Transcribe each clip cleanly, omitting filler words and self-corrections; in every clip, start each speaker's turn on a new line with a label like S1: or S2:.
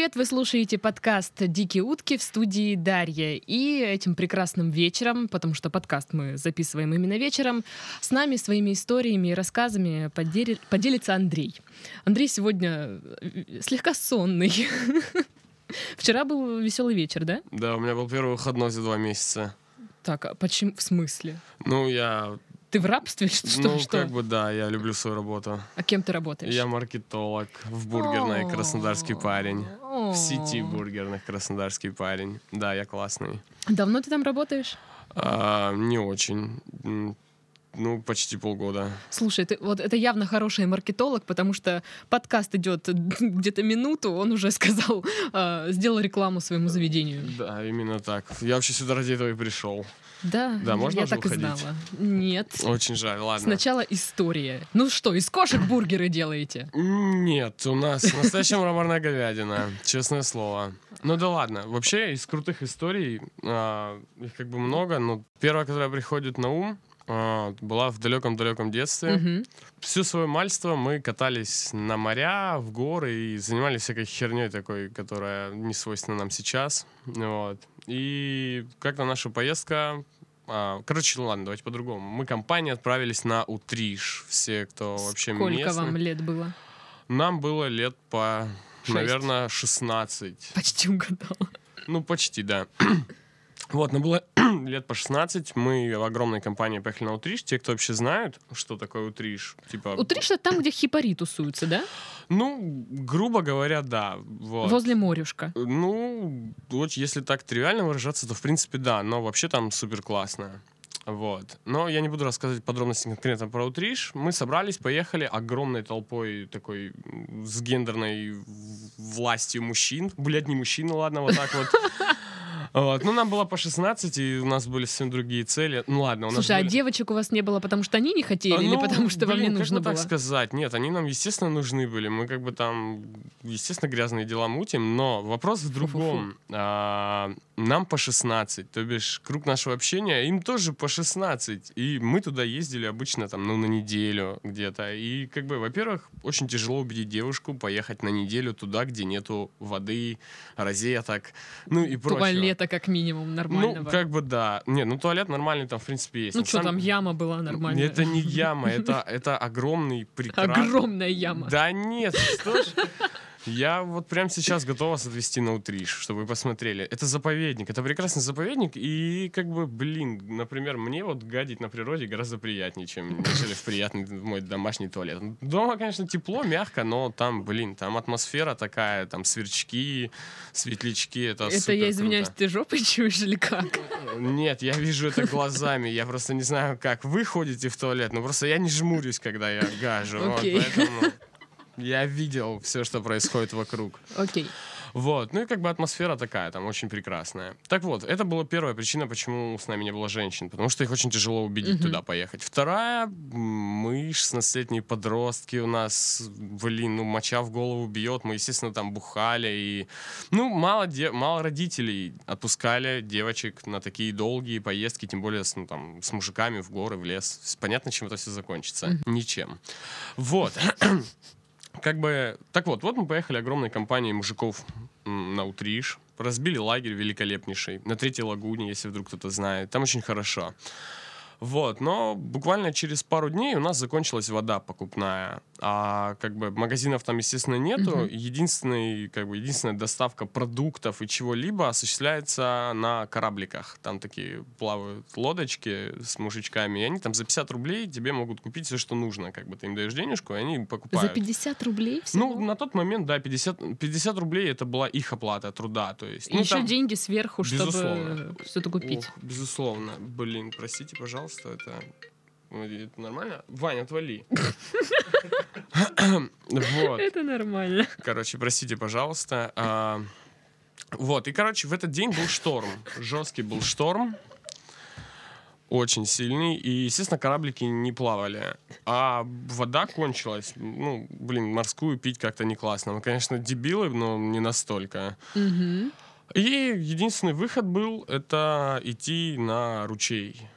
S1: привет! Вы слушаете подкаст «Дикие утки» в студии Дарья. И этим прекрасным вечером, потому что подкаст мы записываем именно вечером, с нами своими историями и рассказами поделится Андрей. Андрей сегодня слегка сонный. Вчера был веселый вечер, да?
S2: Да, у меня был первый выходной за 2 месяца.
S1: Так, а почему? В смысле? Ты в рабстве? Что?
S2: Как бы да, я люблю свою работу.
S1: А кем ты работаешь?
S2: Я маркетолог в бургерной «Краснодарский парень». В сети бургерных «Краснодарский парень». Да, я классный.
S1: Давно ты там работаешь?
S2: Не очень. Почти полгода.
S1: Слушай, это явно хороший маркетолог, потому что подкаст идет где-то минуту, он уже сказал, сделал рекламу своему заведению.
S2: Да, именно так. Я вообще сюда ради этого и пришел.
S1: Да,
S2: можно
S1: я
S2: уже
S1: так
S2: уходить?
S1: И знала. Нет.
S2: Очень жаль, ладно.
S1: Сначала история. Ну что, из кошек бургеры делаете?
S2: Нет, у нас настоящая мраморная говядина, честное слово. Ну да ладно, вообще из крутых историй, их как бы много, но первая, которая приходит на ум, была в далеком-далеком детстве.
S1: Угу.
S2: Все свое мальство мы катались на моря, в горы и занимались всякой херней такой, которая не свойственна нам сейчас. Вот. И как-то наша поездка... ладно, давайте по-другому. Мы компанией отправились на Утриш. Все, кто вообще местный.
S1: Сколько вам лет было?
S2: Нам было лет по,
S1: 6.
S2: наверное, 16.
S1: Почти угадал.
S2: Почти, да. Вот, было лет по 16, мы в огромной компании поехали на Утриш. Те, кто вообще знают, что такое Утриш.
S1: Утриш — это там, где хипари тусуются, да?
S2: Грубо говоря, да. Вот.
S1: Возле морюшка.
S2: Если так тривиально выражаться, то в принципе да, но вообще там супер классно. Вот. Но я не буду рассказывать подробности конкретно про Утриш. Мы собрались, поехали огромной толпой такой с гендерной властью мужчин. Блядь, не мужчины, ладно, вот так вот. Вот. Нам было по 16, и у нас были совсем другие цели. Ладно,
S1: Слушай, а девочек у вас не было, потому что они не хотели, или потому что вам не нужно было?
S2: Как бы так сказать? Нет, они нам, естественно, нужны были. Мы как бы там, естественно, грязные дела мутим, но вопрос в другом. Нам по 16, то бишь круг нашего общения, им тоже по 16. И мы туда ездили обычно там, на неделю где-то. И как бы, во-первых, очень тяжело убедить девушку поехать на неделю туда, где нету воды, розеток, и прочего.
S1: Туалета, как минимум, нормального.
S2: Как бы да. Туалет нормальный там, в принципе, есть.
S1: Что там, яма была нормальная?
S2: Это не яма, это огромный прекрасный...
S1: Огромная яма.
S2: Да нет, что ж... Я вот прямо сейчас готов вас отвезти на Утриш, чтобы вы посмотрели. Это заповедник, это прекрасный заповедник, и как бы, например, мне вот гадить на природе гораздо приятнее, чем нежели в приятный мой домашний туалет. Дома, конечно, тепло, мягко, но там, там атмосфера такая, там сверчки, светлячки, это супер
S1: я извиняюсь,
S2: круто.
S1: ты жопой чуешь или как?
S2: Нет, я вижу это глазами, я просто не знаю, как вы ходите в туалет, но просто я не жмурюсь, когда я гажу,
S1: Окей.
S2: поэтому... Я видел все, что происходит вокруг.
S1: Окей.
S2: Вот. И как бы атмосфера такая, там, очень прекрасная. Так вот, это была первая причина, почему с нами не было женщин. Потому что их очень тяжело убедить туда поехать. Вторая, мы 16-летние подростки, у нас, моча в голову бьет. Мы, естественно, там бухали. И, мало родителей отпускали девочек на такие долгие поездки, тем более с мужиками в горы, в лес. Понятно, чем это все закончится? Ничем. Вот. Так вот мы поехали огромной компанией мужиков на Утриш, разбили лагерь великолепнейший на Третьей лагуне, если вдруг кто-то знает, там очень хорошо. Вот, но буквально через пару дней у нас закончилась вода покупная, а как бы магазинов там, естественно, нету. Единственная доставка продуктов и чего-либо осуществляется на корабликах. Там такие плавают лодочки с мужичками, и они там за 50 рублей тебе могут купить все, что нужно. Как бы ты им даешь денежку, и они покупают.
S1: За 50 рублей всего?
S2: На тот момент, да, 50 рублей это была их оплата труда. То есть,
S1: еще там деньги сверху, чтобы что-то купить.
S2: Безусловно. Простите, пожалуйста, это нормально? Ваня, отвали. Вот.
S1: Это нормально.
S2: Простите, пожалуйста. Вот, и, в этот день был шторм. Жесткий был шторм. Очень сильный. И, естественно, кораблики не плавали. А вода кончилась. Морскую пить как-то не классно. Мы, конечно, дебилы, но не настолько. И единственный выход был — это идти на ручей.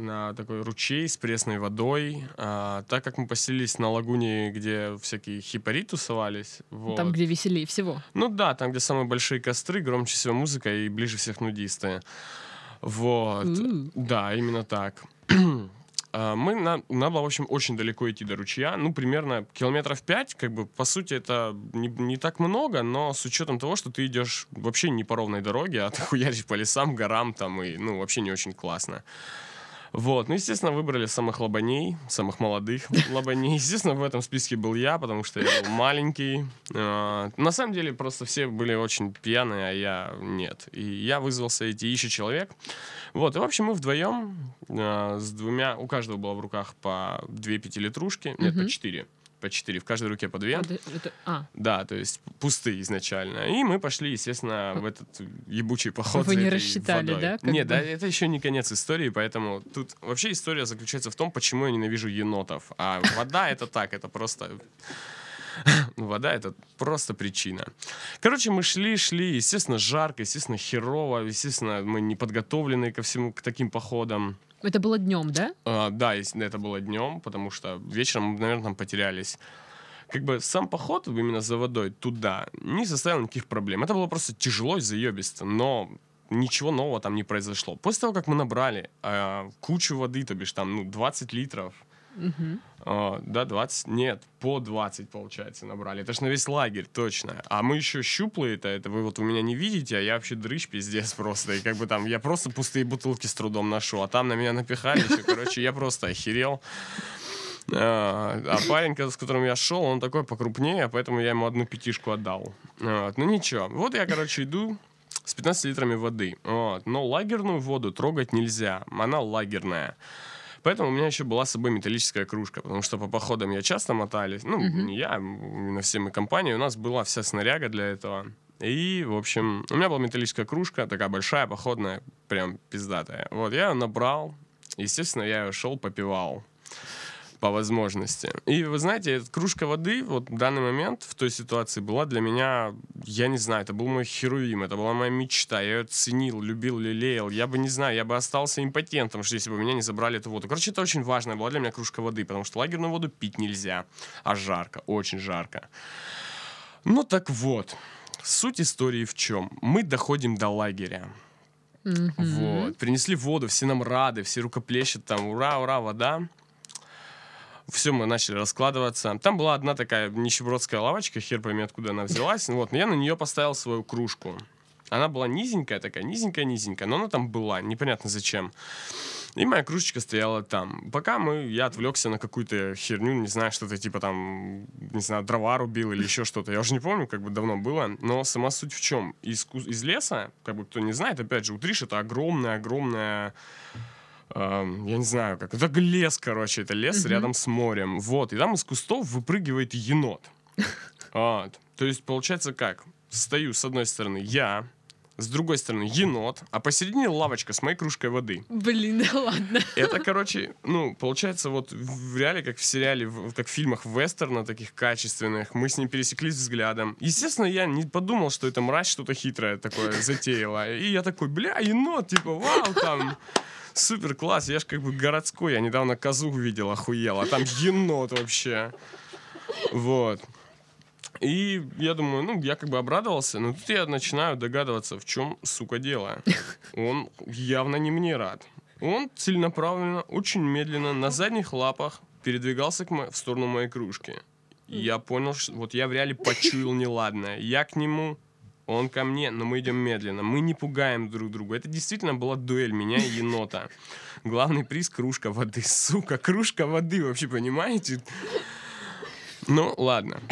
S2: на такой ручей с пресной водой. Так как мы поселились на лагуне, где всякие хипари тусовались. Вот.
S1: Там, где веселее всего.
S2: Ну да, там, где самые большие костры, громче всего музыка и ближе всех нудисты. Вот. Да, именно так. Нам было, в общем, очень далеко идти до ручья. Ну, примерно километров 5, как бы, по сути, это не так много, но с учетом того, что ты идешь вообще не по ровной дороге, а ты хуяришь по лесам, горам там, и, ну, вообще не очень классно. Вот, ну, естественно, выбрали самых лобаней, самых молодых лобаней. Естественно, в этом списке был я, потому что я был маленький. На самом деле, просто все были очень пьяные, а я нет. И я вызвался идти еще человек. Вот, и, в общем, мы вдвоем с двумя, у каждого было в руках по 2 пятилитрушки, нет, по 4, в каждой руке по 2. Да, то есть пустые изначально. И мы пошли, естественно, в этот ебучий поход.
S1: Вы не рассчитали,
S2: водой.
S1: да?
S2: Нет, да, это еще не конец истории, поэтому тут вообще история заключается в том, почему я ненавижу енотов. А вода это так, это просто... Вода — это просто причина. Короче, мы шли, естественно, жарко, естественно, херово, естественно, мы не подготовлены ко всему, к таким походам.
S1: Это было днем, да?
S2: Да, это было днем, потому что вечером мы, наверное, там потерялись. Как бы сам поход именно за водой туда не составил никаких проблем. Это было просто тяжело и заебисто, но ничего нового там не произошло. После того, как мы набрали кучу воды, то бишь там 20 литров, да, 20, нет, по 20, получается, набрали. Это ж на весь лагерь, точно. А мы еще щуплые-то, это вы вот у меня не видите, а я вообще дрыщ пиздец просто. И как бы там, я просто пустые бутылки с трудом ношу, а там на меня напихали еще, короче, я просто охерел. А парень, с которым я шел, он такой покрупнее, поэтому я ему 1 пятишку отдал. Вот. Ну ничего, вот я, короче, иду с 15 литрами воды. Вот. Но лагерную воду трогать нельзя, она лагерная. Поэтому у меня еще была с собой металлическая кружка, потому что по походам я часто мотались. Ну, не я, именно все мы компании. У нас была вся снаряга для этого. И, в общем, у меня была металлическая кружка, такая большая, походная, прям пиздатая. Вот, я ее набрал. Естественно, я ее шел, попивал по возможности. И, вы знаете, эта кружка воды вот в данный момент, в той ситуации, была для меня, я не знаю, это был мой херувим, это была моя мечта. Я ее ценил, любил, лелеял. Я бы, не знаю, я бы остался импотентом, что если бы меня не забрали эту воду. Короче, это очень важная была для меня кружка воды, потому что лагерную воду пить нельзя, а жарко, очень жарко. Ну так вот, суть истории в чем? Мы доходим до лагеря. Вот. Принесли воду, все нам рады, все рукоплещут, там, ура, ура, вода. Все, мы начали раскладываться. Там была одна такая нищебродская лавочка, хер пойми, откуда она взялась. Вот, но я на нее поставил свою кружку. Она была низенькая такая, низенькая, но она там была, непонятно зачем. И моя кружечка стояла там. Пока я отвлекся на какую-то херню, не знаю, что-то типа там, не знаю, дрова рубил или еще что-то. Я уже не помню, как бы давно было. Но сама суть в чем? Из леса, как бы кто не знает, опять же, Утриш — это огромная... я не знаю, как. Это лес, короче. Это лес рядом с морем. Вот. И там из кустов выпрыгивает енот. Вот. То есть, получается как? Стою с одной стороны я, с другой стороны енот, а посередине лавочка с моей кружкой воды.
S1: Блин, да ладно.
S2: Это, короче, получается, вот в реале, как в сериале, как в фильмах вестерна, таких качественных, мы с ним пересеклись взглядом. Естественно, я не подумал, что эта мразь что-то хитрое такое затеяла. И я такой, бля, енот, типа, вау, там... Супер класс, я ж как бы городской, я недавно козу увидел, охуел, а там енот вообще. Вот. И я думаю, я как бы обрадовался, но тут я начинаю догадываться, в чем, сука, дело. Он явно не мне рад. Он целенаправленно, очень медленно, на задних лапах передвигался в сторону моей кружки. И я понял, что вот я в реале почуял неладное. Я к нему... Он ко мне, но мы идем медленно. Мы не пугаем друг друга. Это действительно была дуэль меня и енота. Главный приз — кружка воды. Сука, кружка воды, вообще понимаете? Ну, ладно.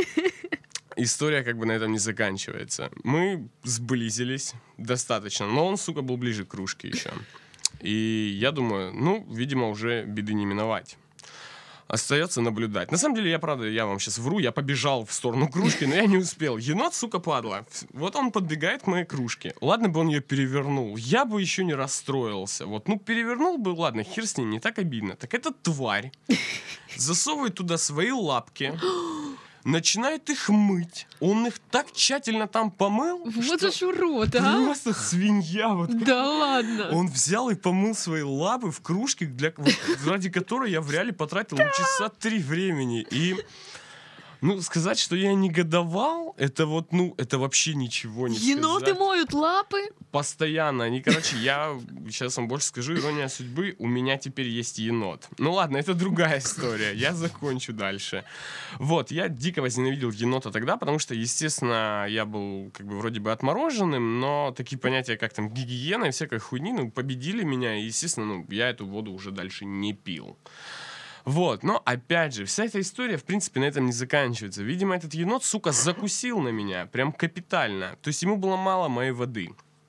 S2: История как бы на этом не заканчивается. Мы сблизились достаточно, но он, сука, был ближе к кружке еще. И я думаю, видимо, уже беды не миновать. Остается наблюдать. На самом деле, я вам сейчас вру, я побежал в сторону кружки, но я не успел. Енот, сука, падла. Вот он подбегает к моей кружке. Ладно бы он ее перевернул, я бы еще не расстроился. Вот, перевернул бы, ладно, хер с ним, не так обидно. Так эта тварь засовывает туда свои лапки, начинает их мыть. Он их так тщательно там помыл,
S1: Вот
S2: что
S1: же урод, а?
S2: просто свинья. Вот
S1: Да ладно.
S2: он взял и помыл свои лапы в кружке, вот, ради которой я в реале потратил часа 3 времени. И сказать, что я негодовал, это вот, это вообще ничего не
S1: Еноты
S2: сказать.
S1: моют лапы?
S2: Постоянно. Они, короче, я сейчас вам больше скажу, ирония судьбы, у меня теперь есть енот. Ну ладно, это другая история. Я закончу дальше. Вот, я дико возненавидел енота тогда, потому что, естественно, я был как бы вроде бы отмороженным, но такие понятия, как там гигиена и всякая хуйня, победили меня, и, естественно, я эту воду уже дальше не пил. Вот, но опять же, вся эта история, в принципе, на этом не заканчивается. Видимо, этот енот, сука, закусил на меня, прям капитально. То есть ему было мало моей воды.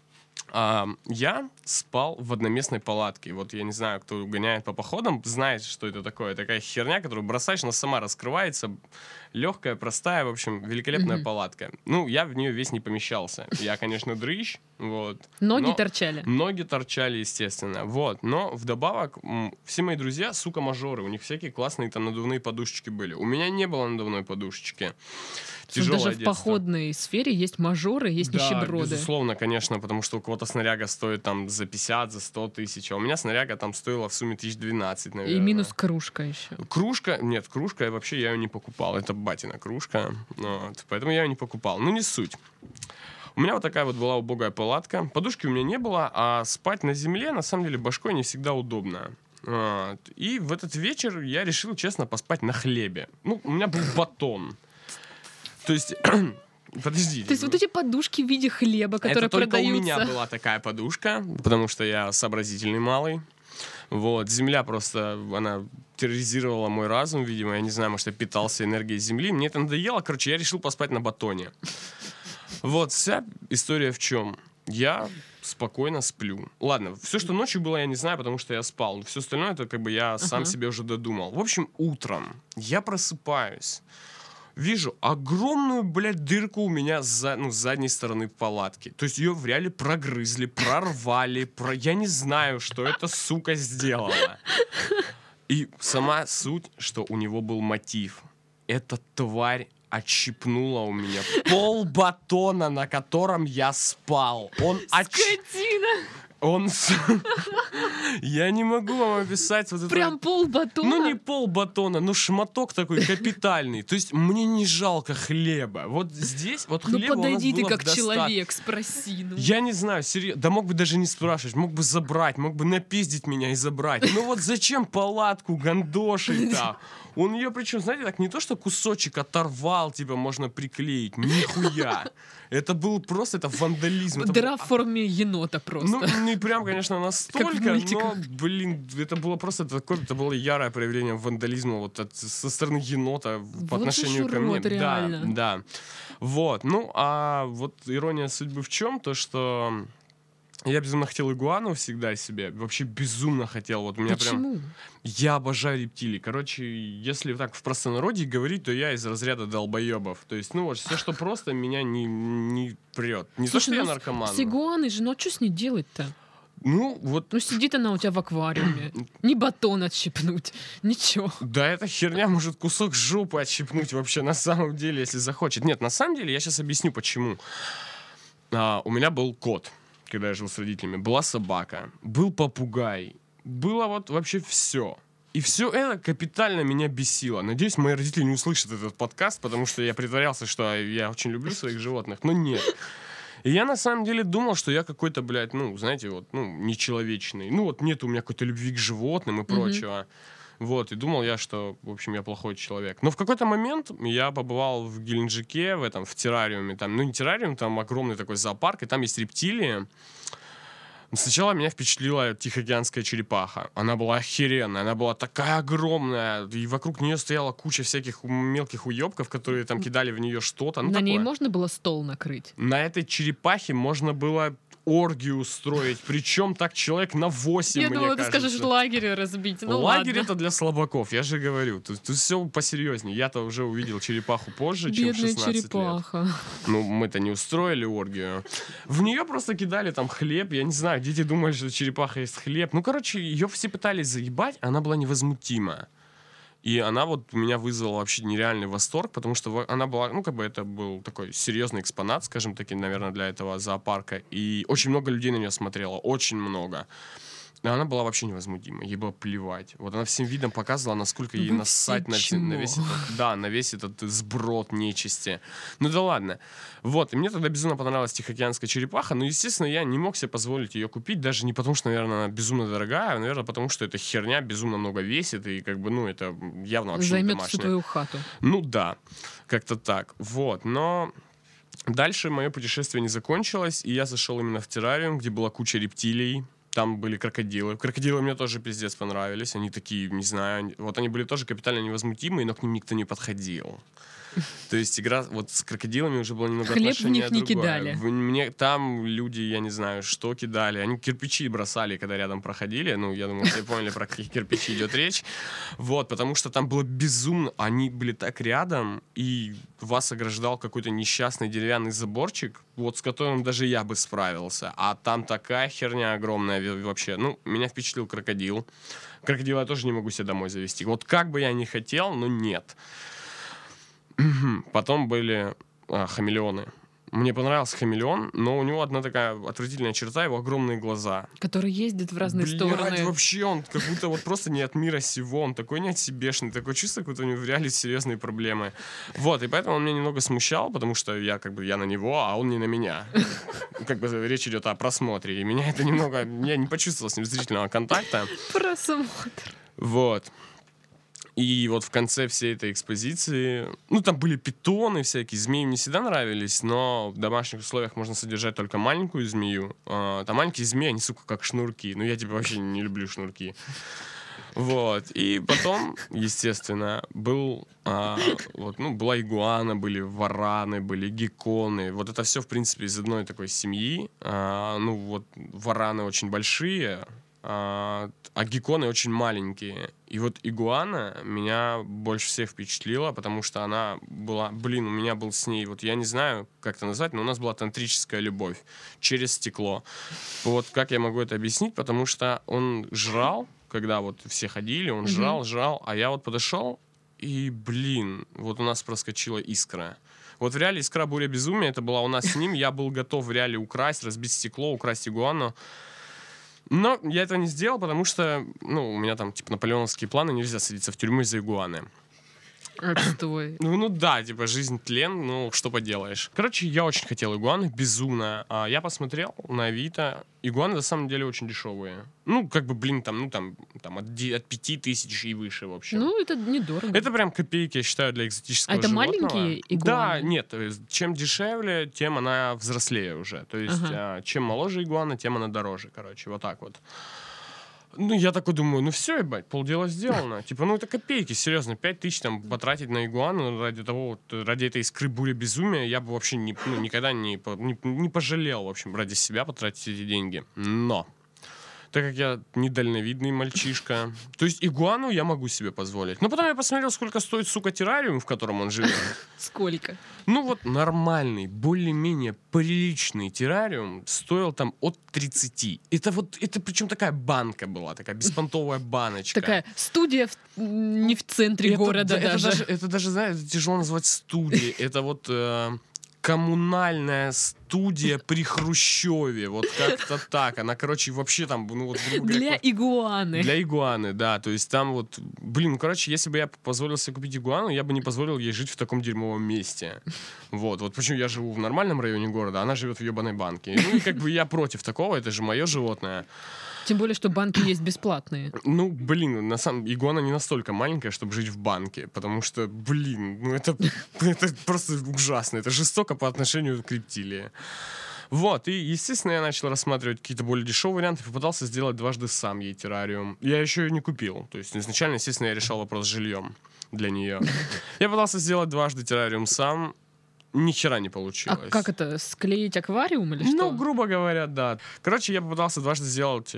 S2: Я спал в одноместной палатке. Вот я не знаю, кто гоняет по походам, знает, что это такое. Такая херня, которую бросаешь, она сама раскрывается. Легкая, простая, в общем, великолепная палатка. Я в нее весь не помещался. Я, конечно, дрыщ, вот.
S1: Ноги торчали?
S2: Ноги торчали, естественно. Вот. Но вдобавок, все мои друзья, сука, мажоры. У них всякие классные там надувные подушечки были. У меня не было надувной подушечки. Тяжелое
S1: даже
S2: детство.
S1: В походной сфере есть мажоры, есть нищеброды.
S2: Да, безусловно, конечно, потому что у кого-то снаряга стоит там за 50, за 100 тысяч, а у меня снаряга там стоила в сумме 12 наверное.
S1: И минус кружка еще.
S2: Кружка вообще я ее не покупал. Это батина кружка, вот, поэтому я ее не покупал. Не суть. У меня вот такая вот была убогая палатка. Подушки у меня не было, а спать на земле, на самом деле, башкой не всегда удобно. Вот. И в этот вечер я решил, честно, поспать на хлебе. У меня был батон. То есть, подождите.
S1: То есть вот эти подушки в виде хлеба, которые продаются.
S2: Это только у меня была такая подушка, потому что я сообразительный малый. Вот, земля просто, она терроризировала мой разум, видимо, я не знаю, может, я питался энергией земли. Мне это надоело, короче, я решил поспать на батоне. Вот, вся история в чем? Я спокойно сплю. Ладно, все, что ночью было, я не знаю, потому что я спал. Все остальное, это как бы я сам себе уже додумал. В общем, утром я просыпаюсь. Вижу огромную, дырку у меня с задней стороны палатки. То есть ее в реале прогрызли, прорвали. Я не знаю, что эта сука сделала. И сама суть, что у него был мотив. Эта тварь отщипнула у меня полбатона, на котором я спал.
S1: Скотина!
S2: Я не могу вам описать вот это.
S1: Прям полбатона?
S2: Не полбатона, но шматок такой капитальный. То есть мне не жалко хлеба. Вот здесь вот хлеба
S1: подойди
S2: у нас
S1: ты
S2: было
S1: как
S2: вдостаточно.
S1: человек, спроси.
S2: Я не знаю, серьезно. Да мог бы даже не спрашивать, мог бы забрать, мог бы напиздить меня и забрать. Вот зачем палатку гандошить-то? Он ее, причем, знаете, так не то, что кусочек оторвал, типа можно приклеить. Нихуя. Это был просто, это вандализм.
S1: Дыра в форме енота просто.
S2: Не прям, конечно, настолько, но, это было просто это было ярое проявление вандализма вот со стороны енота по отношению ко мне.
S1: Реально.
S2: Да. Вот. А вот ирония судьбы в чем? То, что я безумно хотел игуану всегда себе. Вообще безумно хотел. Вот у меня
S1: Почему?
S2: Я обожаю рептилий. Короче, если так в простонародье говорить, то я из разряда долбоебов. То есть, все, что просто, меня не прет. Не то, что я наркоман.
S1: С игуаной же, а что с ней делать-то?
S2: Вот...
S1: сидит она у тебя в аквариуме. Ни батон отщипнуть, ничего.
S2: Да, эта херня может кусок жопы отщипнуть вообще на самом деле, если захочет. Нет, на самом деле, я сейчас объясню, почему. У меня был кот, когда я жил с родителями. Была собака, был попугай. Было вот вообще все. И все это капитально меня бесило. Надеюсь, мои родители не услышат этот подкаст, потому что я притворялся, что я очень люблю своих животных. Но нет. И я на самом деле думал, что я какой-то, знаете, нечеловечный. Нет у меня какой-то любви к животным и прочего. Вот, и думал я, что, в общем, я плохой человек. Но в какой-то момент я побывал в Геленджике, в террариуме. Там, не террариум, там огромный такой зоопарк, и там есть рептилии. Сначала меня впечатлила тихоокеанская черепаха. Она была охеренная, она была такая огромная, и вокруг нее стояла куча всяких мелких уебков, которые там кидали в нее что-то.
S1: На ней можно было стол накрыть?
S2: На этой черепахе можно было оргию устроить, причем так человек на 8,
S1: Я
S2: мне
S1: думала,
S2: кажется.
S1: ты скажешь лагерь разбить.
S2: Лагерь
S1: ладно.
S2: Это для слабаков, я же говорю. Тут все посерьезнее. Я-то уже увидел черепаху позже,
S1: Бедная
S2: чем в 16
S1: черепаха.
S2: лет. Мы-то не устроили оргию. В нее просто кидали там хлеб. Я не знаю, дети думали, что черепаха есть хлеб. Ее все пытались заебать, а она была невозмутима. И она вот у меня вызвала вообще нереальный восторг, потому что она была, ну, как бы это был такой серьезный экспонат, скажем таки, наверное, для этого зоопарка. И очень много людей на нее смотрело, очень много. Но она была вообще невозмутима, ей было плевать. Вот она всем видом показывала, насколько ей нассать на весь этот сброд нечисти. Ну да ладно. Вот, и мне тогда безумно понравилась Тихоокеанская черепаха, но, естественно, я не мог себе позволить ее купить, даже не потому, что, наверное, она безумно дорогая, а, наверное, потому, что эта херня безумно много весит, и как бы, ну, это явно вообще
S1: займет
S2: не домашняя.
S1: всю твою хату.
S2: Ну да, как-то так. Вот, но... Дальше мое путешествие не закончилось, и я зашел именно в террариум, где была куча рептилий. Там были крокодилы. Крокодилы мне тоже пиздец понравились. Они такие, не знаю, вот они были тоже капитально невозмутимые, но к ним никто не подходил. То есть игра вот с крокодилами уже была немного
S1: хлеб в них не
S2: другое.
S1: кидали.
S2: Мне там люди, я не знаю, что кидали. Они кирпичи бросали, когда рядом проходили. Ну, я думаю, все поняли, про какие кирпичи идет речь. Вот, потому что там было безумно... Они были так рядом, и вас ограждал какой-то несчастный деревянный заборчик, вот с которым даже я бы справился. А там такая херня огромная вообще. Ну, меня впечатлил крокодил. Крокодила я тоже не могу себе домой завести. Вот как бы я ни хотел, но нет. Потом были хамелеоны. Мне понравился хамелеон, но у него одна такая отвратительная черта, его огромные глаза.
S1: Который ездит в разные стороны.
S2: Вообще он как будто вот просто не от мира сего, он такой не от себешный, такое чувство, как будто у него в реале серьезные проблемы. Вот, и поэтому он меня немного смущал, потому что я на него, а он не на меня. Как бы речь идет о просмотре, и меня это немного... Я не почувствовал с ним зрительного контакта.
S1: Просмотр.
S2: Вот. И вот в конце всей этой экспозиции, ну, там были питоны всякие, змеи мне всегда нравились, но в домашних условиях можно содержать только маленькую змею. Там маленькие змеи, они, сука, как шнурки. Ну, я, типа, вообще не люблю шнурки. Вот. И потом, естественно, была игуана, были вараны, были гекконы. Вот это все, в принципе, из одной такой семьи. Вараны очень большие, а гекконы очень маленькие. И вот игуана меня больше всех впечатлила, потому что она была... у меня был с ней... Вот я не знаю, как это назвать, но у нас была тантрическая любовь через стекло. Вот как я могу это объяснить? Потому что он жрал, когда вот все ходили, он жрал, а я вот подошел, и, вот у нас проскочила искра. Вот в реале «Искра. Буря безумия» это была у нас с ним, я был готов в реале разбить стекло, украсть игуану. Но я этого не сделал, потому что, у меня там, типа, наполеоновские планы, нельзя садиться в тюрьму из-за игуаны.
S1: Отстой.
S2: Типа, жизнь тлен, что поделаешь. Короче, я очень хотел игуаны, безумно. Я посмотрел на Авито, игуаны на самом деле очень дешевые. От 5000 и выше, в общем.
S1: Это недорого.
S2: Это прям копейки, я считаю, для экзотического
S1: это
S2: животного.
S1: маленькие игуаны?
S2: Да, нет, чем дешевле, тем она взрослее уже. То есть, чем моложе игуана, тем она дороже, короче, вот так вот. Я такой думаю, все, ебать, полдела сделано. Типа, это копейки, серьезно, 5000 там потратить на игуану ради этой искры буря безумия, я бы вообще никогда не пожалел, в общем, ради себя потратить эти деньги. Но, так как я недальновидный мальчишка, то есть игуану я могу себе позволить. Но потом я посмотрел, сколько стоит, сука, террариум, в котором он живет.
S1: Сколько?
S2: Нормальный, более-менее приличный террариум стоил там от 30. Это причем такая банка была, такая беспонтовая баночка.
S1: Такая студия не в центре города даже.
S2: Это даже, знаешь, тяжело назвать студией. Это коммунальная студия при Хрущеве. Вот как-то так. Она, короче, вообще там...
S1: Для игуаны.
S2: Для игуаны, да. То есть там если бы я позволил себе купить игуану, я бы не позволил ей жить в таком дерьмовом месте. Вот почему я живу в нормальном районе города, а она живет в ебаной банке. Я против такого, это же мое животное.
S1: Тем более, что банки есть бесплатные.
S2: На самом деле, игуана не настолько маленькая, чтобы жить в банке. Потому что, это просто ужасно. Это жестоко по отношению к рептилии. Вот, и, естественно, я начал рассматривать какие-то более дешевые варианты, попытался сделать дважды сам ей террариум. Я еще ее не купил. То есть, изначально, естественно, я решал вопрос с жильем для нее. Я пытался сделать дважды террариум сам. Ни хера не получилось.
S1: А как это, склеить аквариум или что?
S2: Грубо говоря, да. Короче, я попытался дважды сделать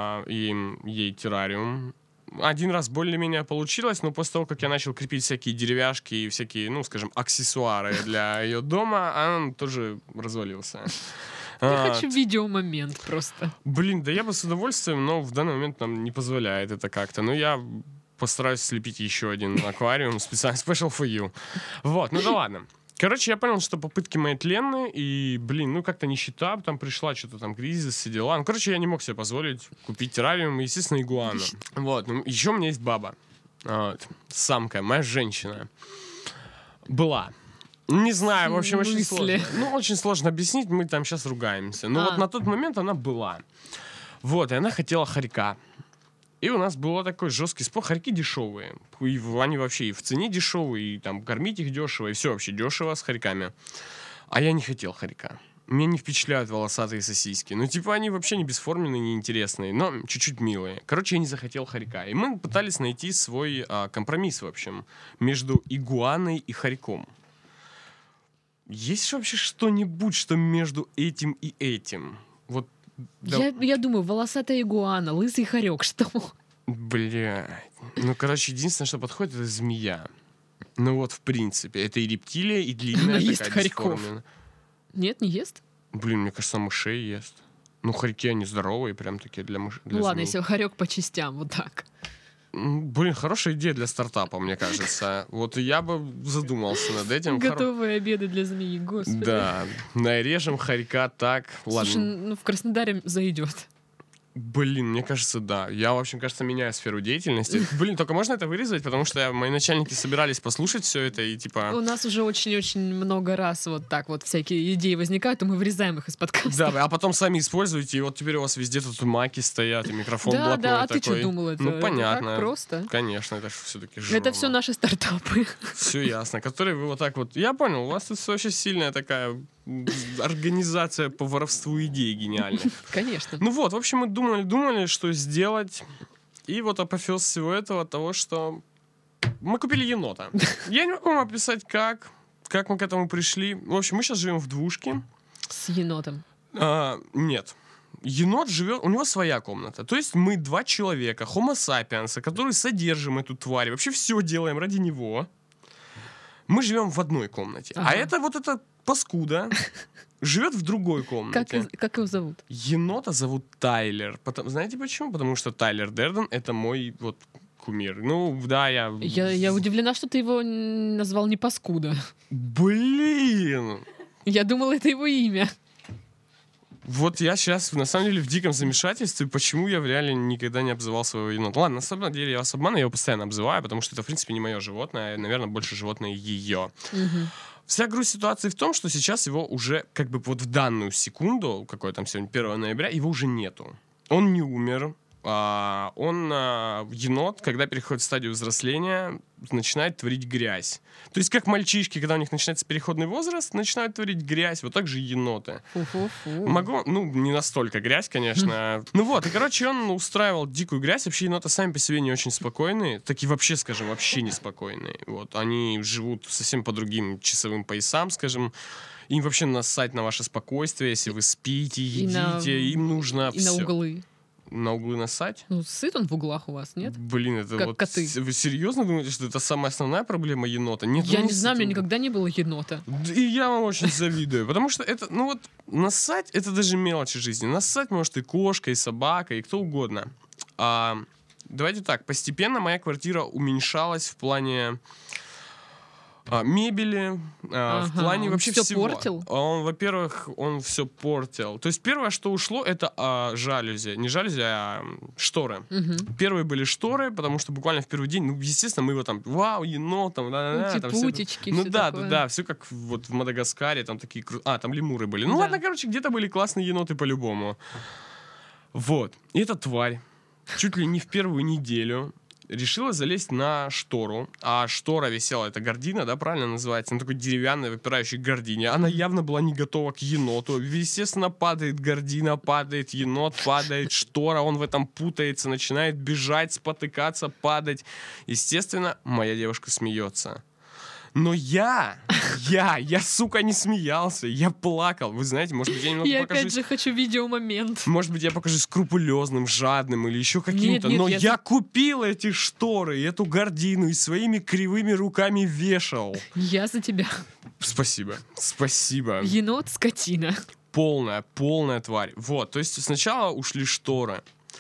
S2: ей террариум. Один раз более-менее получилось, но после того, как я начал крепить всякие деревяшки и всякие, аксессуары для ее дома, он тоже развалился.
S1: Я хочу видеомомент просто.
S2: Да я бы с удовольствием, но в данный момент нам не позволяет это как-то. Но я постараюсь слепить еще один аквариум специально special for you. Вот, ну да ладно. Короче, я понял, что попытки мои тленны, и, блин, ну как-то нищета, там пришла, что-то там кризис, все дела. Ну, короче, я не мог себе позволить купить террариум, и, естественно, игуану. Вот, ну, еще у меня есть баба, вот, самка, моя женщина. Была. Не знаю, в общем, очень сложно. Ну, очень сложно объяснить, мы там сейчас ругаемся. Но вот на тот момент она была. Вот, и она хотела хорька. И у нас был такой жесткий спор. Хорьки дешевые. И они вообще и в цене дешевые, и там кормить их дешево, и все вообще дешево с хорьками. А я не хотел хорька. Меня не впечатляют волосатые сосиски. Ну, типа, они вообще не бесформенные, не интересные, но чуть-чуть милые. Короче, я не захотел хорька. И мы пытались найти свой компромисс, в общем, между игуаной и хорьком. Есть вообще что-нибудь, что между этим и этим? Вот. Да.
S1: Я думаю, волосатая игуана, лысый хорек, что?
S2: Блядь. Ну, короче, единственное, что подходит, это змея. Ну вот, в принципе, это и рептилия, и длинная такая бесформенная.
S1: Нет, не ест?
S2: Блин, мне кажется, мышей ест. Ну, хорьки, они здоровые, прям такие для мышей.
S1: Ну ладно, если хорек по частям, вот так.
S2: Блин, хорошая идея для стартапа, мне кажется. Вот я бы задумался над этим.
S1: Готовые обеды для змеи, господи.
S2: Да, нарежем хорька так.
S1: Слушай, ну в Краснодаре зайдет.
S2: Блин, мне кажется, да. Я, в общем, кажется, меняю сферу деятельности. Блин, только можно это вырезать, потому что мои начальники собирались послушать все это и типа...
S1: У нас уже очень-очень много раз вот так вот всякие идеи возникают, и мы вырезаем их из подкаста.
S2: Да, а потом сами используете, и вот теперь у вас везде тут маки стоят, и микрофон блатной такой.
S1: Да, а ты что думал? Это,
S2: ну, понятно.
S1: Так просто?
S2: Конечно, это же все-таки журнал.
S1: Это все наши стартапы.
S2: Все ясно, которые вы вот так вот... Я понял, у вас тут вообще сильная такая... организация по воровству идей гениальных.
S1: Конечно.
S2: Ну вот, в общем, мы думали, что сделать. И вот апофеоз всего этого того, что мы купили енота. Я не могу вам описать, как мы к этому пришли. В общем, мы сейчас живем в двушке.
S1: С енотом?
S2: Нет. Енот живет, у него своя комната. То есть мы 2 человека, homo sapiens, которые содержим эту тварь, вообще все делаем ради него. Мы живем в одной комнате. Ага. А это вот эта паскуда живет в другой комнате.
S1: Как его зовут?
S2: Енота зовут Тайлер. Знаете почему? Потому что Тайлер Дерден — это мой вот кумир. Ну, да,
S1: Я удивлена, что ты его назвал не паскуда.
S2: Блин!
S1: Я думала, это его имя.
S2: Вот я сейчас, на самом деле, в диком замешательстве, почему я в реале никогда не обзывал своего енота. Ладно, на самом деле я вас обманываю, я его постоянно обзываю, потому что это, в принципе, не мое животное, а, наверное, больше животное ее. Угу. Вся грусть ситуации в том, что сейчас его уже, как бы вот в данную секунду, какой там сегодня, 1 ноября, его уже нету. Он не умер. Енот, когда переходит в стадию взросления, начинает творить грязь. То есть как мальчишки, когда у них начинается переходный возраст, начинают творить грязь, вот так же и еноты. Не настолько грязь, конечно. Ну вот, и короче, он устраивал дикую грязь. Вообще еноты сами по себе не очень спокойные, такие вообще, скажем, вообще неспокойные. Вот, они живут совсем по другим часовым поясам, скажем. Им вообще нассать на ваше спокойствие, если вы спите, едите, им нужно
S1: все. И на углы.
S2: На углы нассать?
S1: Ну, сыт он в углах у вас, нет?
S2: Блин, это
S1: как
S2: вот...
S1: коты.
S2: Вы серьезно думаете, что это самая основная проблема енота? Нет,
S1: я не знаю, у меня никогда не было енота.
S2: И я вам очень завидую, потому что это, ну вот, нассать — это даже мелочи жизни. Нассать может и кошка, и собака, и кто угодно. Давайте так, постепенно моя квартира уменьшалась в плане... мебели, в плане вообще
S1: всё
S2: всего.
S1: Портил?
S2: Во-первых, он все портил. То есть первое, что ушло, это жалюзи. Не жалюзи, а шторы. Первые были шторы, потому что буквально в первый день, ну, естественно, мы его там, вау, енот, там,
S1: путечки,
S2: ну,
S1: все
S2: да,
S1: такое.
S2: да, все как вот в Мадагаскаре, там такие, там лемуры были. Ну, ладно, короче, где-то были классные еноты по-любому. Вот. И эта тварь чуть ли не в первую неделю решила залезть на штору, а штора висела, это гардина, да, правильно называется, на такой деревянной выпирающей гардине. Она явно была не готова к еноту. Естественно, падает гардина, падает енот, падает штора, он в этом путается, начинает бежать, спотыкаться, падать. Естественно, моя девушка смеется. Но я, сука, не смеялся, я плакал. Вы знаете, может быть, я немного покажусь...
S1: Я опять же хочу видеомомент.
S2: Может быть, я покажусь скрупулезным, жадным или еще каким-то. Но я купил эти шторы, эту гардину и своими кривыми руками вешал.
S1: Я за тебя.
S2: Спасибо.
S1: Енот — скотина.
S2: Полная тварь. Вот, то есть сначала ушли шторы.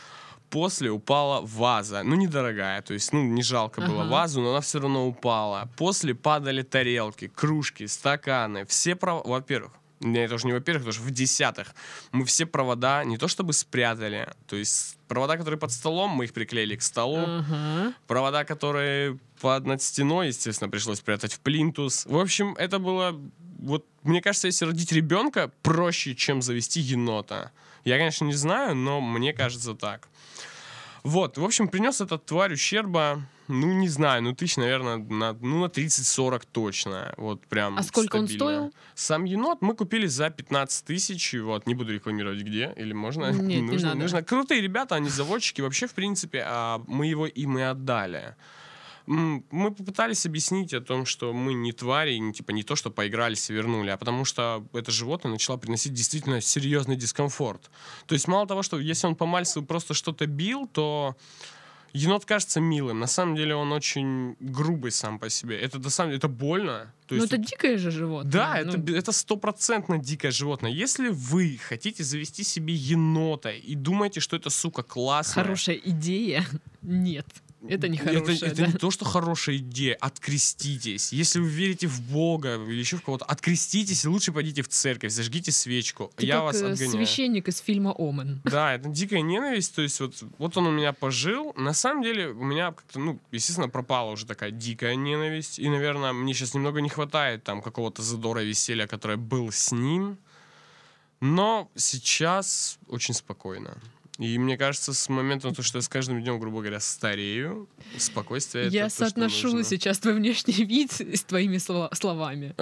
S2: После упала ваза. Ну, недорогая, то есть, ну, не жалко было вазу, но она все равно упала. После падали тарелки, кружки, стаканы. Все, во-первых, нет, это уже не во-первых, потому что в десятых мы все провода не то чтобы спрятали, то есть провода, которые под столом, мы их приклеили к столу. Провода, которые над стеной, естественно, пришлось прятать в плинтус. В общем, это было... Вот, мне кажется, если родить ребенка, проще, чем завести енота. Я, конечно, не знаю, но мне кажется так. Вот, в общем, принес этот тварь ущерба, ну, не знаю, ну, тысяч, наверное, на 30-40 точно. Вот прям.
S1: А сколько
S2: стабильно.
S1: он стоил?
S2: Сам енот мы купили за 15 тысяч. Вот, не буду рекламировать где, или можно?
S1: Нет, не
S2: нужно,
S1: надо.
S2: нужно. Крутые ребята, они заводчики. Вообще, в принципе, мы его им и отдали. Мы попытались объяснить о том, что мы не твари, не то, что поигрались и вернули, а потому что это животное начало приносить действительно серьезный дискомфорт. То есть мало того, что если он по Мальцеву просто что-то бил, то енот кажется милым. На самом деле он очень грубый сам по себе. Это на самом деле это больно. То есть,
S1: это дикое же животное.
S2: Да, это стопроцентно дикое животное. Если вы хотите завести себе енота и думаете, что это, сука, классно...
S1: Хорошая идея? Нет. Это не хорошая,
S2: это не то, что хорошая идея. Откреститесь. Если вы верите в Бога или еще в кого-то, откреститесь и лучше пойдите в церковь, зажгите свечку.
S1: Ты
S2: Я
S1: как
S2: вас отгоняю.
S1: священник из фильма «Омен».
S2: Да, это дикая ненависть. То есть вот он у меня пожил. На самом деле у меня как-то, естественно, пропала уже такая дикая ненависть. И, наверное, мне сейчас немного не хватает там какого-то задора, веселья, который был с ним. Но сейчас очень спокойно. И мне кажется, с момента, что я с каждым днем, грубо говоря, старею, спокойствие...
S1: Я соотношу сейчас твой внешний вид с твоими словами.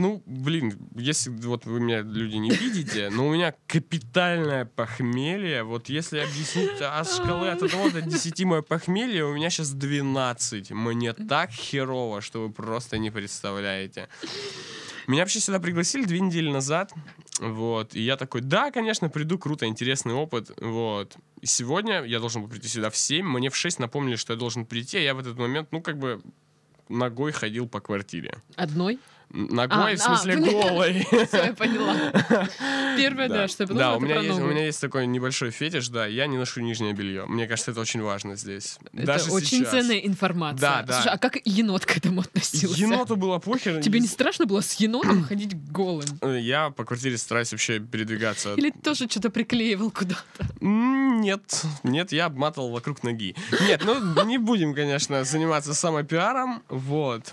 S2: Если вот вы меня, люди, не видите, но у меня капитальное похмелье. Вот если объяснить от шкалы от 1 до 10 мое похмелье, у меня сейчас 12. Мне так херово, что вы просто не представляете. Меня вообще сюда пригласили 2 недели назад, вот, и я такой, да, конечно, приду, круто, интересный опыт, вот. И сегодня я должен был прийти сюда в 7, мне в 6 напомнили, что я должен прийти, а я в этот момент, ногой ходил по квартире.
S1: Одной?
S2: Ногой, в смысле, голой.
S1: Все, я поняла. Первое, да, что я подумала,
S2: да,
S1: это про ногу.
S2: у меня есть такой небольшой фетиш, да, я не ношу нижнее белье. Мне кажется, это очень важно здесь.
S1: Это
S2: даже
S1: очень
S2: сейчас.
S1: ценная информация.
S2: Да.
S1: Слушай, а как енот к этому относился?
S2: Еноту было похер.
S1: Тебе не страшно было с енотом ходить голым?
S2: Я по квартире стараюсь вообще передвигаться.
S1: Или ты тоже что-то приклеивал куда-то?
S2: Нет, я обматывал вокруг ноги. Нет, не будем, конечно, заниматься самопиаром, вот.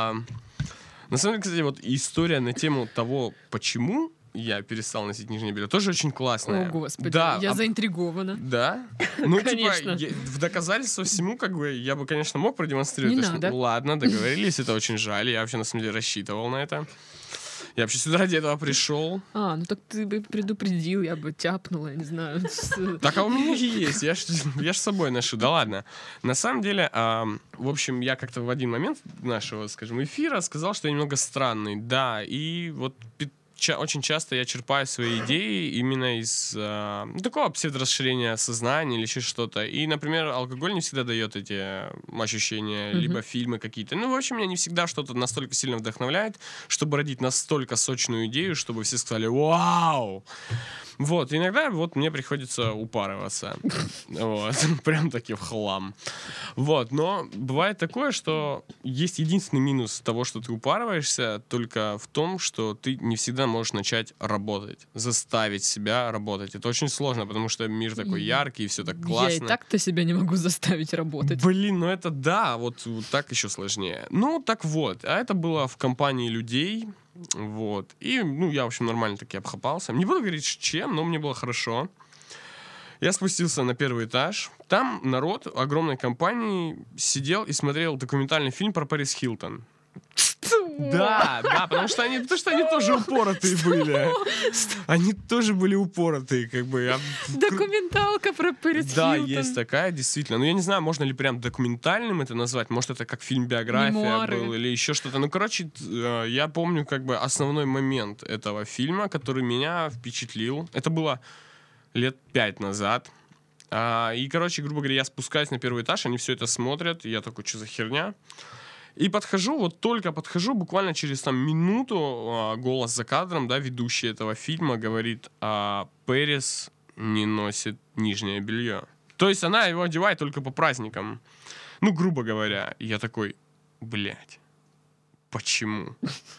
S2: На самом деле, кстати, вот история на тему того, почему я перестал носить нижнее белье, тоже очень классная.
S1: О, Господи,
S2: да,
S1: я заинтригована.
S2: Да?
S1: Конечно.
S2: В доказательство всему, я бы, конечно, мог продемонстрировать.
S1: Не надо.
S2: Ладно, договорились, это очень жаль. Я вообще, на самом деле, рассчитывал на это. Я вообще сюда ради этого пришел.
S1: Так ты бы предупредил, я бы тяпнула, я не знаю.
S2: Так, а у меня же есть, я ж с собой ношу, да ладно. На самом деле, в общем, я как-то в один момент нашего, скажем, эфира сказал, что я немного странный, да, и вот очень часто я черпаю свои идеи именно из такого псевдорасширения сознания или еще что-то. И, например, алкоголь не всегда дает эти ощущения, либо фильмы какие-то. В общем, меня не всегда что-то настолько сильно вдохновляет, чтобы родить настолько сочную идею, чтобы все сказали «Вау!». Вот, иногда вот мне приходится упарываться. Вот, прям таки в хлам. Вот, но бывает такое, что есть единственный минус того, что ты упарываешься, только в том, что ты не всегда можешь начать работать, заставить себя работать. Это очень сложно, потому что мир такой яркий, и все так классно.
S1: Я и так-то себя не могу заставить работать.
S2: Блин, это да, вот так еще сложнее. Так вот, а это было в компании людей. Вот. И, я, в общем, нормально таки обхапался. Не буду говорить, с чем, но мне было хорошо. Я спустился на 1 этаж. Там народ огромной компании сидел и смотрел документальный фильм про Пэрис Хилтон. Да, потому что они тоже упоротые были. Они тоже были упоротые,
S1: Документалка про Пэрис Хилтон.
S2: Да, есть такая, действительно. Я не знаю, можно ли прям документальным это назвать. Может, это как фильм-биография
S1: Мемуары.
S2: был или еще что-то. Я помню основной момент этого фильма, который меня впечатлил. Это было лет 5 назад. И, грубо говоря, я спускаюсь на 1 этаж, они все это смотрят. И я такой, что за херня? И только подхожу, буквально через минуту голос за кадром, да, ведущий этого фильма говорит, Пэрис не носит нижнее белье. То есть она его одевает только по праздникам. Ну, грубо говоря. И я такой, блядь, почему?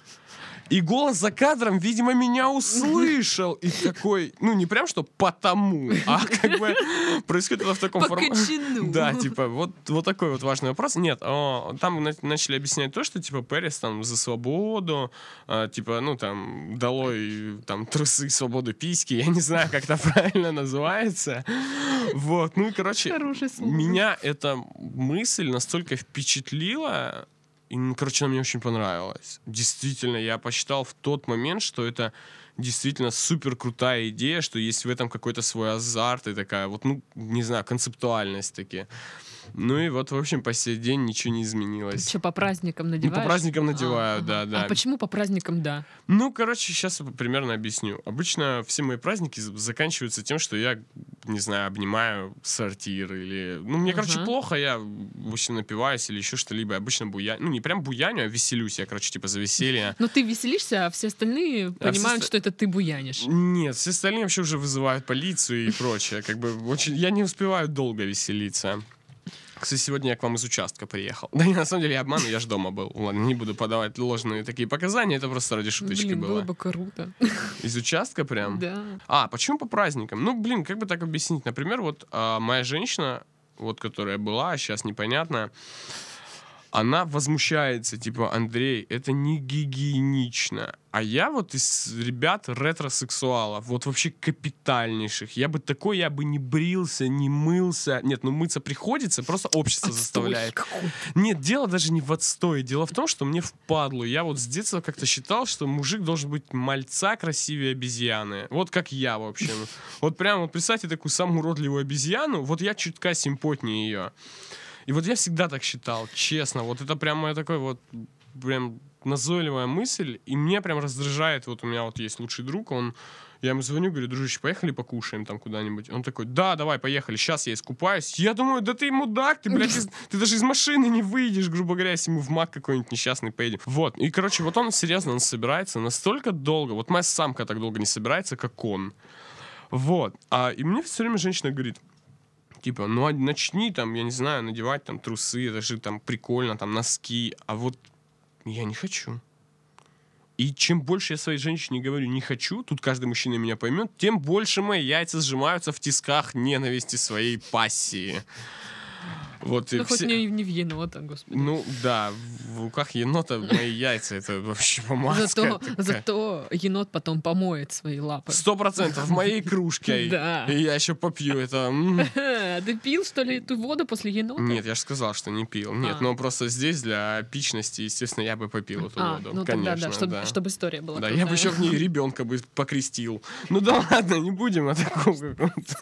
S2: И голос за кадром, видимо, меня услышал. И такой, ну, не прям что потому, а как бы происходит это в таком формате. Да, типа, вот такой вот важный вопрос. Нет, там начали объяснять то, что, типа, Пэрис там за свободу, типа, ну, там, долой, там, трусы, свободу, письки, я не знаю, как это правильно называется. Вот, ну, и, короче, меня эта мысль настолько впечатлила, и, короче, она мне очень понравилась. Действительно, я посчитал в тот момент, что это действительно супер крутая идея, что есть в этом какой-то свой азарт и такая вот, ну, не знаю, концептуальность таки. Ну и вот, в общем, по сей день ничего не изменилось.
S1: Что, по праздникам надеваешь?
S2: Ну, по праздникам надеваю, да.
S1: А почему по праздникам да?
S2: Ну, короче, сейчас примерно объясню. Обычно все мои праздники заканчиваются тем, что я, не знаю, обнимаю сортир или... Ну, мне, короче, плохо, я очень напиваюсь или еще что-либо. Я обычно буяню. Ну, не прям буяню, а веселюсь. Я, короче, типа за веселье.
S1: Но ты веселишься, а все остальные понимают, что это ты буянишь.
S2: Нет, все остальные вообще уже вызывают полицию и прочее. Как бы очень... Я не успеваю долго веселиться. Кстати, сегодня я к вам из участка приехал. Да, на самом деле я обману, я ж дома был. Ладно, не буду подавать ложные такие показания, это просто ради шуточки было.
S1: Было бы круто.
S2: Из участка прям?
S1: Да.
S2: Почему по праздникам? Ну, блин, как бы так объяснить? Например, вот моя женщина, вот которая была, сейчас непонятно, она возмущается, типа, Андрей, это не гигиенично. А я вот из ребят ретросексуалов, вот вообще капитальнейших. Я бы не брился, не мылся. Нет, ну мыться приходится, просто общество заставляет. Нет, дело даже не в отстое. Дело в том, что мне впадло. Я вот с детства как-то считал, что мужик должен быть мальца красивее обезьяны. Вот как я, в общем. Вот прям, вот представьте такую самую уродливую обезьяну, вот я чутка симпотнее ее. И вот я всегда так считал, честно. Вот это прям моя такой вот прям назойливая мысль. И мне прям раздражает. Вот у меня вот есть лучший друг, я ему звоню, говорю, дружище, поехали покушаем там куда-нибудь. Он такой, да, давай, поехали, сейчас я искупаюсь. Я думаю, да ты мудак, ты, блядь, ты даже из машины не выйдешь, грубо говоря, если мы в МАК какой-нибудь несчастный поедем. Вот, и, короче, вот он серьезно, он собирается настолько долго. Вот моя самка так долго не собирается, как он. Вот, и мне все время женщина говорит, типа, ну начни там, я не знаю, надевать там трусы, это же там прикольно, там носки, а вот я не хочу. И чем больше я своей женщине говорю «не хочу», тут каждый мужчина меня поймет, тем больше мои яйца сжимаются в тисках ненависти своей пассии. Вот,
S1: ну, хоть не в енота, господи.
S2: Ну, да, в руках енота мои яйца, это вообще помазка.
S1: Зато енот потом помоет свои лапы.
S2: 100% в моей кружке.
S1: Да.
S2: И я еще попью это.
S1: Ты пил, что ли, эту воду после енота?
S2: Нет, я же сказал, что не пил. Нет, но просто здесь для эпичности, естественно, я бы попил эту воду.
S1: Ну
S2: конечно,
S1: тогда, да, чтобы история была.
S2: Да, я бы еще в ней ребенка бы покрестил. Ну да ладно, не будем о таком каком-то.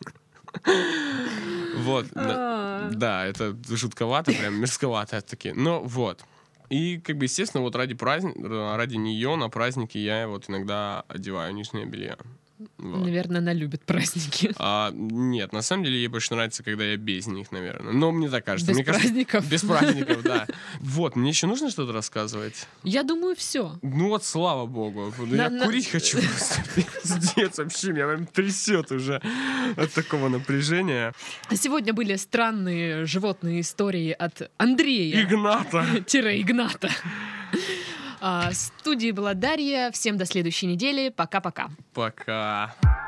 S2: Вот, да, это жутковато, прям мерзковато таки. Но вот. И, как бы, естественно, вот ради нее на праздники я вот иногда одеваю нижнее белье. Вот.
S1: Наверное, она любит праздники.
S2: Нет, на самом деле ей больше нравится, когда я без них, наверное. Но мне так кажется.
S1: Без праздников?
S2: Без праздников, да. Вот, мне еще нужно что-то рассказывать?
S1: Я думаю, все.
S2: Ну вот, слава богу. Я курить хочу просто. Пиздец, вообще, меня прям трясет уже от такого напряжения.
S1: Сегодня были странные животные истории от Андрея.
S2: Игната.
S1: В студии была Дарья. Всем до следующей недели. Пока-пока.
S2: Пока.